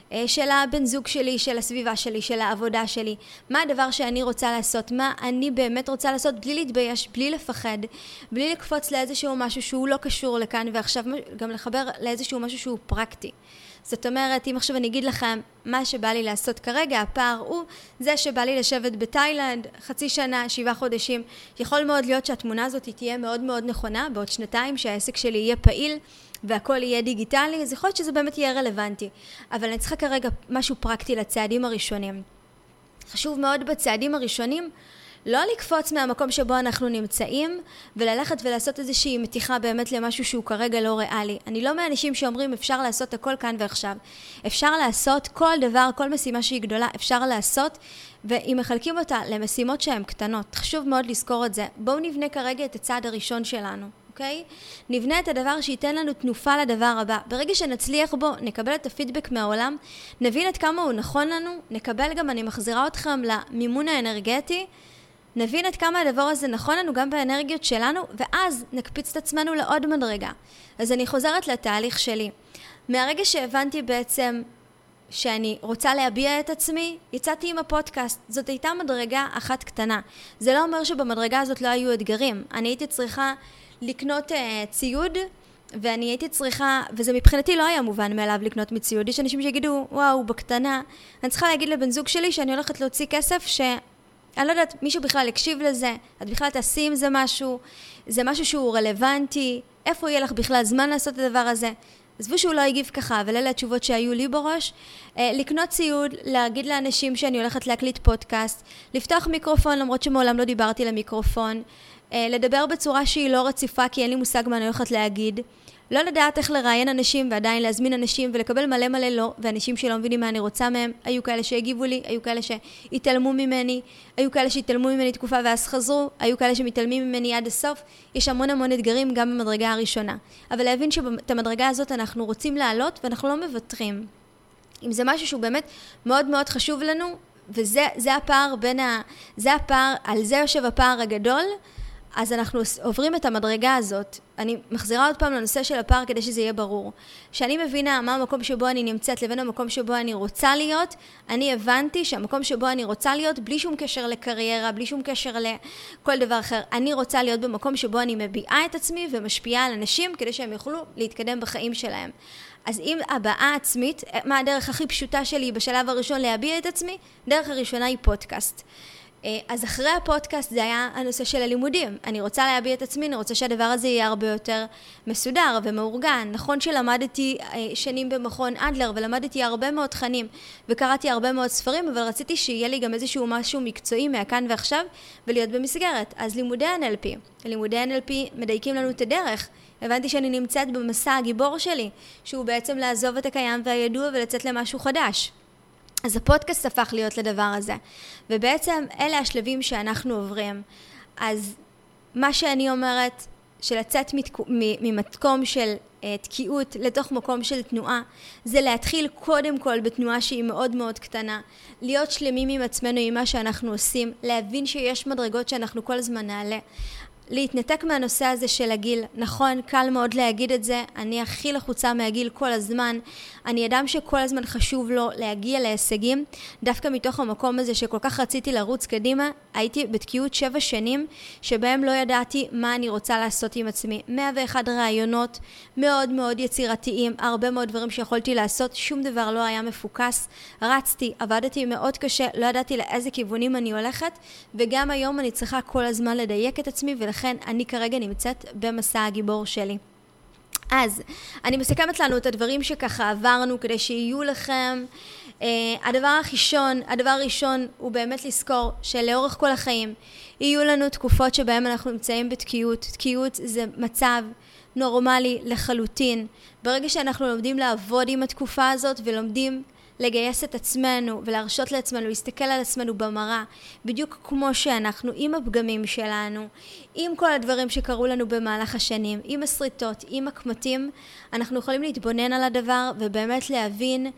של הבן זוג שלי, של הסביבה שלי, של העבודה שלי, מה הדבר שאני רוצה לעשות, מה אני באמת רוצה לעשות, בלי להתבייש, בלי לפחד, בלי לקפוץ לאיזשהו משהו שהוא לא קשור לכאן, ועכשיו גם לחבר לאיזשהו משהו שהוא פרקטי. זאת אומרת, אם עכשיו אני אגיד לכם מה שבא לי לעשות כרגע, הפער הוא זה שבא לי לשבת בתאילנד חצי שנה, 7 חודשים. יכול מאוד להיות שהתמונה הזאת תהיה מאוד מאוד נכונה, בעוד 2 שהעסק שלי יהיה פעיל והכל יהיה דיגיטלי, אז יכול להיות שזה באמת יהיה רלוונטי. אבל אני צריכה כרגע משהו פרקטי לצעדים הראשונים. חשוב מאוד בצעדים הראשונים לא לקפוץ מהמקום שבו אנחנו נמצאים וללכת ולעשות איזושהי מתיחה באמת למשהו שהוא כרגע לא ריאלי. אני לא מהאנשים שאומרים אפשר לעשות הכל כאן ועכשיו. אפשר לעשות כל דבר, כל משימה שהיא גדולה, אפשר לעשות, ואם מחלקים אותה למשימות שהן קטנות, חשוב מאוד לזכור את זה. בואו נבנה כרגע את הצעד הראשון שלנו. אוקיי? נבנה את הדבר שייתן לנו תנופה לדבר הבא. ברגע שנצליח בו, נקבל את הפידבק מהעולם, נבין עד כמה הוא נכון לנו, נקבל גם, אני מחזירה אתכם למימון האנרגטי, נבין עד כמה הדבר הזה נכון לנו גם באנרגיות שלנו, ואז נקפיץ את עצמנו לעוד מדרגה. אז אני חוזרת לתהליך שלי. מהרגע שהבנתי בעצם שאני רוצה להביע את עצמי, יצאתי עם הפודקאסט. זאת הייתה מדרגה אחת קטנה. זה לא אומר שבמדרגה הזאת לא היו אתגרים. אני הייתי צריכה לקנות ציוד, ואני הייתי צריכה, וזה מבחינתי לא היה מובן מאליו לקנות מציוד. יש אנשים שיגידו, וואו, בקטנה. אני צריכה להגיד לבן זוג שלי שאני הולכת להוציא כסף אני לא יודעת, מישהו בכלל יקשיב לזה, את בכלל תעשי עם זה משהו, זה משהו שהוא רלוונטי, איפה יהיה לך בכלל זמן לעשות את הדבר הזה? עזבו שהוא לא יגיב ככה, אבל אלה התשובות שהיו לי בראש. לקנות ציוד, להגיד לאנשים שאני הולכת להקליט פודקאסט, לפתוח מיקרופון למרות שמעולם לא דיברתי למיקרופון, לדבר בצורה שהיא לא רציפה כי אין לי מושג מה אני הולכת להגיד, לא לדעת איך לראיין אנשים ועדיין להזמין אנשים ולקבל מלא מלא לא, ואנשים שלא מבינים מה אני רוצה מהם, היו כאלה שהגיבו לי, היו כאלה שהתעלמו ממני, היו כאלה שהתעלמו ממני תקופה ואז חזרו, היו כאלה שמתעלמים ממני עד הסוף. יש המון אתגרים גם במדרגה הראשונה. אבל להבין שאת המדרגה הזאת אנחנו רוצים לעלות ואנחנו לא מוותרים. אם זה משהו שהוא באמת מאוד מאוד חשוב לנו, וזה הפער על זה יושב הפער הגדול, אז אנחנו עוברים את המדרגה הזאת. אני מחזירה עוד פעם לנושא של הפער כדי שזה יהיה ברור. שאני מבינה מה המקום שבו אני נמצאת לבין המקום שבו אני רוצה להיות, אני הבנתי שהמקום שבו אני רוצה להיות, בלי שום קשר לקריירה, בלי שום קשר לכל דבר אחר, אני רוצה להיות במקום שבו אני מביעה את עצמי ומשפיעה על אנשים כדי שהם יוכלו להתקדם בחיים שלהם. אז אם הבעה עצמית, מה הדרך הכי פשוטה שלי בשלב הראשון להביע את עצמי? דרך הראשונה היא פודקאסט. אז אחרי הפודקאסט זה היה הנושא של הלימודים. אני רוצה להביע את עצמי, אני רוצה שהדבר הזה יהיה הרבה יותר מסודר ומאורגן. נכון שלמדתי שנים במכון אדלר ולמדתי הרבה מאוד תכנים וקראתי הרבה מאוד ספרים, אבל רציתי שיהיה לי גם איזשהו משהו מקצועי מהכאן ועכשיו ולהיות במסגרת. אז לימודי NLP מדייקים לנו את הדרך. הבנתי שאני נמצאת במסע הגיבור שלי, שהוא בעצם לעזוב את הקיים והידוע ולצאת למשהו חדש. אז הפודקאסט הפך להיות לדבר הזה. ובעצם אלה השלבים שאנחנו עוברים. אז מה שאני אומרת, שלצאת ממתקום של תקיעות לתוך מקום של תנועה, זה להתחיל קודם כל בתנועה שהיא מאוד מאוד קטנה, להיות שלמים עם עצמנו עם מה שאנחנו עושים, להבין שיש מדרגות שאנחנו כל הזמן נעלה, להתנתק מהנושא הזה של הגיל. נכון, קל מאוד להגיד את זה, אני הכי לחוצה מהגיל כל הזמן, אני אדם שכל הזמן חשוב לו להגיע להישגים, דווקא מתוך המקום הזה שכל כך רציתי לרוץ קדימה, הייתי בתקיעות 7 שנים שבהם לא ידעתי מה אני רוצה לעשות עם עצמי. 101 רעיונות מאוד מאוד יצירתיים, הרבה מאוד דברים שיכולתי לעשות, שום דבר לא היה מפוקס, רצתי, עבדתי מאוד קשה, לא ידעתי לאיזה כיוונים אני הולכת, וגם היום אני צריכה כל הזמן לדייק את עצמי, ולכן אני כרגע נמצאת במסע הגיבור שלי. אז אני מסכמת לנו את הדברים שככה עברנו כדי שיהיו לכם. הדבר הראשון הוא באמת לזכור שלאורך כל החיים יהיו לנו תקופות שבהם אנחנו נמצאים בתקיעות. תקיעות זה מצב נורמלי לחלוטין. ברגע שאנחנו לומדים לעבוד עם התקופה הזאת ולומדים לגייס את עצמנו ולהרשות לעצמנו, להסתכל על עצמנו במראה, בדיוק כמו שאנחנו, עם הפגמים שלנו, עם כל הדברים שקרו לנו במהלך השנים, עם הסריטות, עם הקמטים, אנחנו יכולים להתבונן על הדבר ובאמת להבין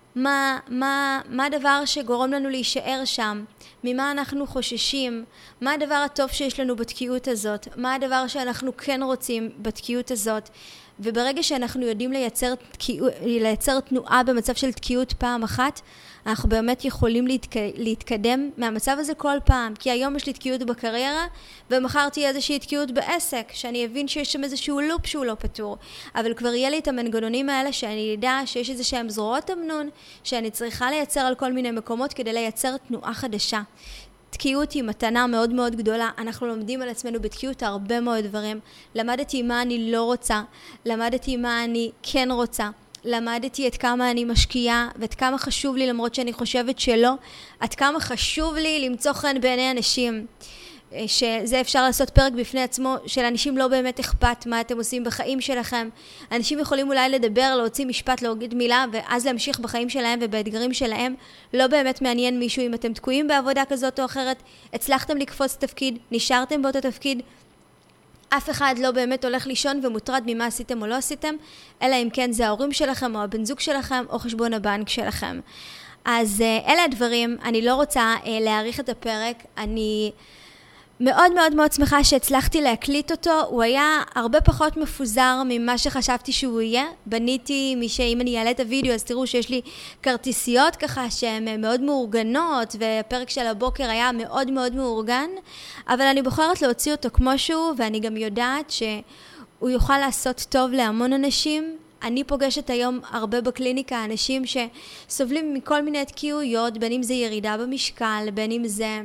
מה הדבר שגורם לנו להישאר שם, ממה אנחנו חוששים, מה הדבר הטוב שיש לנו בתקיעות הזאת, מה הדבר שאנחנו כן רוצים בתקיעות הזאת, וברגע שאנחנו יודעים לייצר תנועה במצב של תקיעות פעם אחת, אנחנו באמת יכולים להתקדם מהמצב הזה כל פעם, כי היום יש לי תקיעות בקריירה, ומחר תהיה איזושהי תקיעות בעסק, שאני אבין שיש שם איזשהו לופ שהוא לא פתור, אבל כבר יהיה לי את המנגנונים האלה שאני ידע שיש איזשהם זרועות אמנון, שאני צריכה לייצר על כל מיני מקומות כדי לייצר תנועה חדשה. תקיעות היא מתנה מאוד מאוד גדולה, אנחנו לומדים על עצמנו בתקיעות הרבה מאוד דברים, למדתי מה אני לא רוצה, למדתי מה אני כן רוצה, למדתי את כמה אני משקיעה ואת כמה חשוב לי למרות שאני חושבת שלא, עד כמה חשוב לי למצוא חן בעיני אנשים, שזה אפשר לעשות פרק בפני עצמו, שלאנשים לא באמת אכפת מה אתם עושים בחיים שלכם. אנשים יכולים אולי לדבר, להוציא משפט, להגיד מילה, ואז להמשיך בחיים שלהם ובאתגרים שלהם. לא באמת מעניין מישהו אם אתם תקועים בעבודה כזאת או אחרת, הצלחתם לקפוץ תפקיד, נשארתם באותו תפקיד. אף אחד לא באמת הולך לישון ומוטרד ממה עשיתם או לא עשיתם, אלא אם כן זה ההורים שלכם או הבן זוג שלכם או חשבון הבנק שלכם. אז אלה הדברים, אני לא רוצה להאריך את הפרק, אני מאוד מאוד מאוד שמחה שהצלחתי להקליט אותו, הוא היה הרבה פחות מפוזר ממה שחשבתי שהוא יהיה, בניתי שאם אני אעלה את הוידאו אז תראו שיש לי כרטיסיות ככה שהן מאוד מאורגנות, והפרק של הבוקר היה מאוד מאוד מאורגן, אבל אני בוחרת להוציא אותו כמו שהוא, ואני גם יודעת שהוא יוכל לעשות טוב להמון אנשים. אני פוגשת היום הרבה בקליניקה אנשים שסובלים מכל מיני תקיעויות, בין אם זה ירידה במשקל, בין אם זה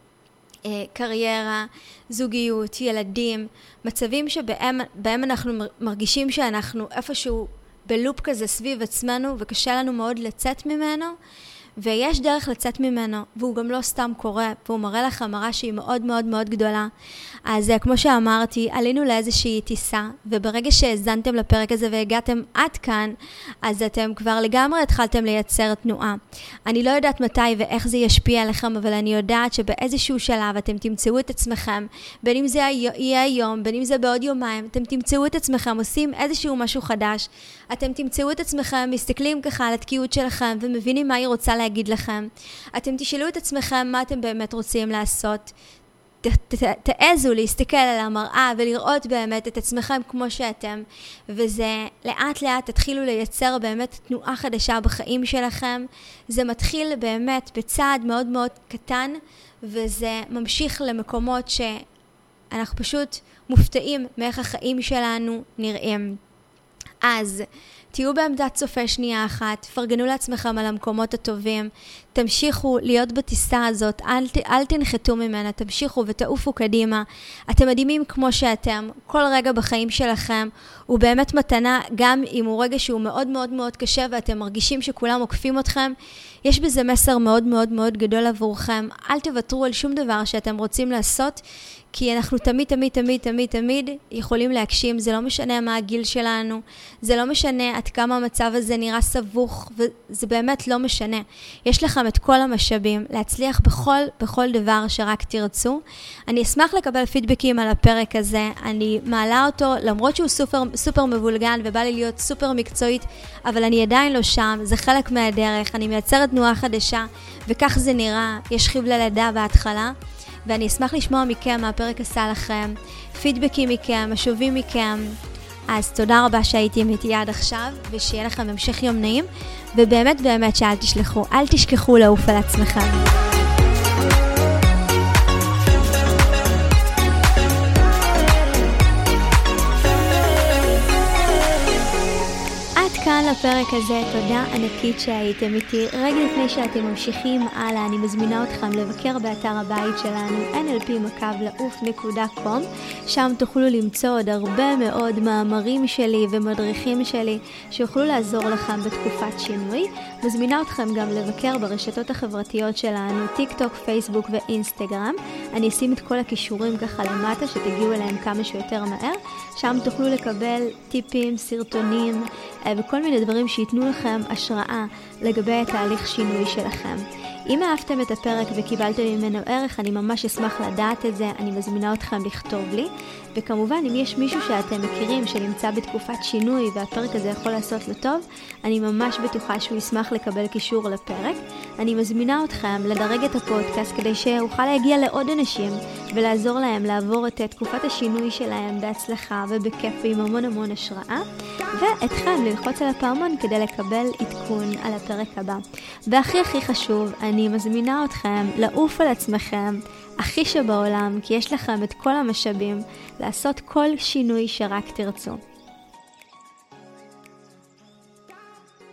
קריירה, זוגיות, ילדים, מצבים שבהם אנחנו מרגישים שאנחנו איפשהו בלופ כזה סביב עצמנו וקשה לנו מאוד לצאת ממנו, ויש דרך לצאת ממנו, והוא גם לא סתם קורה, והוא מראה לך מראה שהיא מאוד מאוד מאוד גדולה. אז כמו שאמרתי, עלינו לאיזושהי טיסה, וברגע שהזנתם לפרק הזה והגעתם עד כאן, אז אתם כבר לגמרי התחלתם לייצר תנועה. אני לא יודעת מתי ואיך זה ישפיע עליכם, אבל אני יודעת שבאיזשהו שלב אתם תמצאו את עצמכם, בין אם זה יהיה היום, בין אם זה בעוד יומיים, אתם תמצאו את עצמכם, עושים איזשהו משהו חדש, אתם תמצאו את עצמכם, מסתכלים ככה על התקיעות שלכם, ומבינים מה היא רוצה להגיד לכם. אתם תשאלו את עצמכם מה אתם באמת רוצים לעשות. תעזו להסתכל על המראה ולראות באמת את עצמכם כמו שאתם, וזה לאט לאט תתחילו לייצר באמת תנועה חדשה בחיים שלכם. זה מתחיל באמת בצעד מאוד מאוד קטן, וזה ממשיך למקומות שאנחנו פשוט מופתעים מאיך החיים שלנו נראים. אז תהיו בעמדת צופה שנייה אחת, פרגנו לעצמכם על המקומות הטובים, תמשיכו להיות בטיסה הזאת, אל תנחתו ממנה, תמשיכו ותעופו קדימה. אתם מדהימים כמו שאתם, כל רגע בחיים שלכם הוא באמת מתנה, גם אם הוא רגע שהוא מאוד מאוד מאוד קשה ואתם מרגישים שכולם עוקפים אתכם, יש בזה מסר מאוד מאוד מאוד גדול עבורכם. אל תוותרו על שום דבר שאתם רוצים לעשות, כי אנחנו תמיד תמיד תמיד תמיד תמיד יכולים להגשים. זה לא משנה מה הגיל שלנו, זה לא משנה עד כמה המצב הזה נראה סבוך, וזה באמת לא משנה. יש לכם את כל המשאבים להצליח בכל דבר שרק תרצו. אני אשמח לקבל פידבקים על הפרק הזה, אני מעלה אותו, למרות שהוא סופר מבולגן ובא לי להיות סופר מקצועית, אבל אני עדיין לא שם, זה חלק מהדרך, אני מייצרת תנועה חדשה, וכך זה נראה, יש חבלי לידה בהתחלה, ואני אשמח לשמוע מכם מה הפרק עשה לכם, פידבקים מכם, משובים מכם. אז תודה רבה שהייתם איתי עד עכשיו, ושיהיה לכם המשך יום נעים, ובאמת שאל תשכחו לעוף על עצמכם. כאן לפרק הזה, תודה ענקית שהייתם איתי. רגע לפני שאתם ממשיכים הלאה, אני מזמינה אתכם לבקר באתר הבית שלנו nlp-lauf.com. שם תוכלו למצוא עוד הרבה מאוד מאמרים שלי ומדריכים שלי שיוכלו לעזור לכם בתקופת שינוי. מזמינה אתכם גם לבקר ברשתות החברתיות שלנו, טיק טוק, פייסבוק ואינסטגרם. אני אשים את כל הכישורים ככה למטה שתגיעו אליהם כמה שיותר מהר. שם תוכלו לקבל טיפים, סרטונים וכל מיני דברים שיתנו לכם השראה לגבי התהליך שינוי שלכם. אם אהבתם את הפרק וקיבלתם ממנו ערך, אני ממש אשמח לדעת את זה, אני מזמינה אתכם לכתוב לי. וכמובן, אם יש מישהו שאתם מכירים שנמצא בתקופת שינוי והפרק הזה יכול לעשות לו טוב, אני ממש בטוחה שהוא ישמח לקבל קישור לפרק. אני מזמינה אתכם לדרג את הפודקאסט כדי שאוכל להגיע לעוד אנשים ולעזור להם לעבור את תקופת השינוי שלהם בהצלחה ובכיף ועם המון השראה, ואתכם ללחוץ על הפעמון כדי לקבל עדכון על הפרק הבא. והכי חשוב, אני מזמינה אתכם לעוף על עצמכם הכי שבעולם, כי יש לכם את כל המשאבים לעשות כל שינוי שרק תרצו.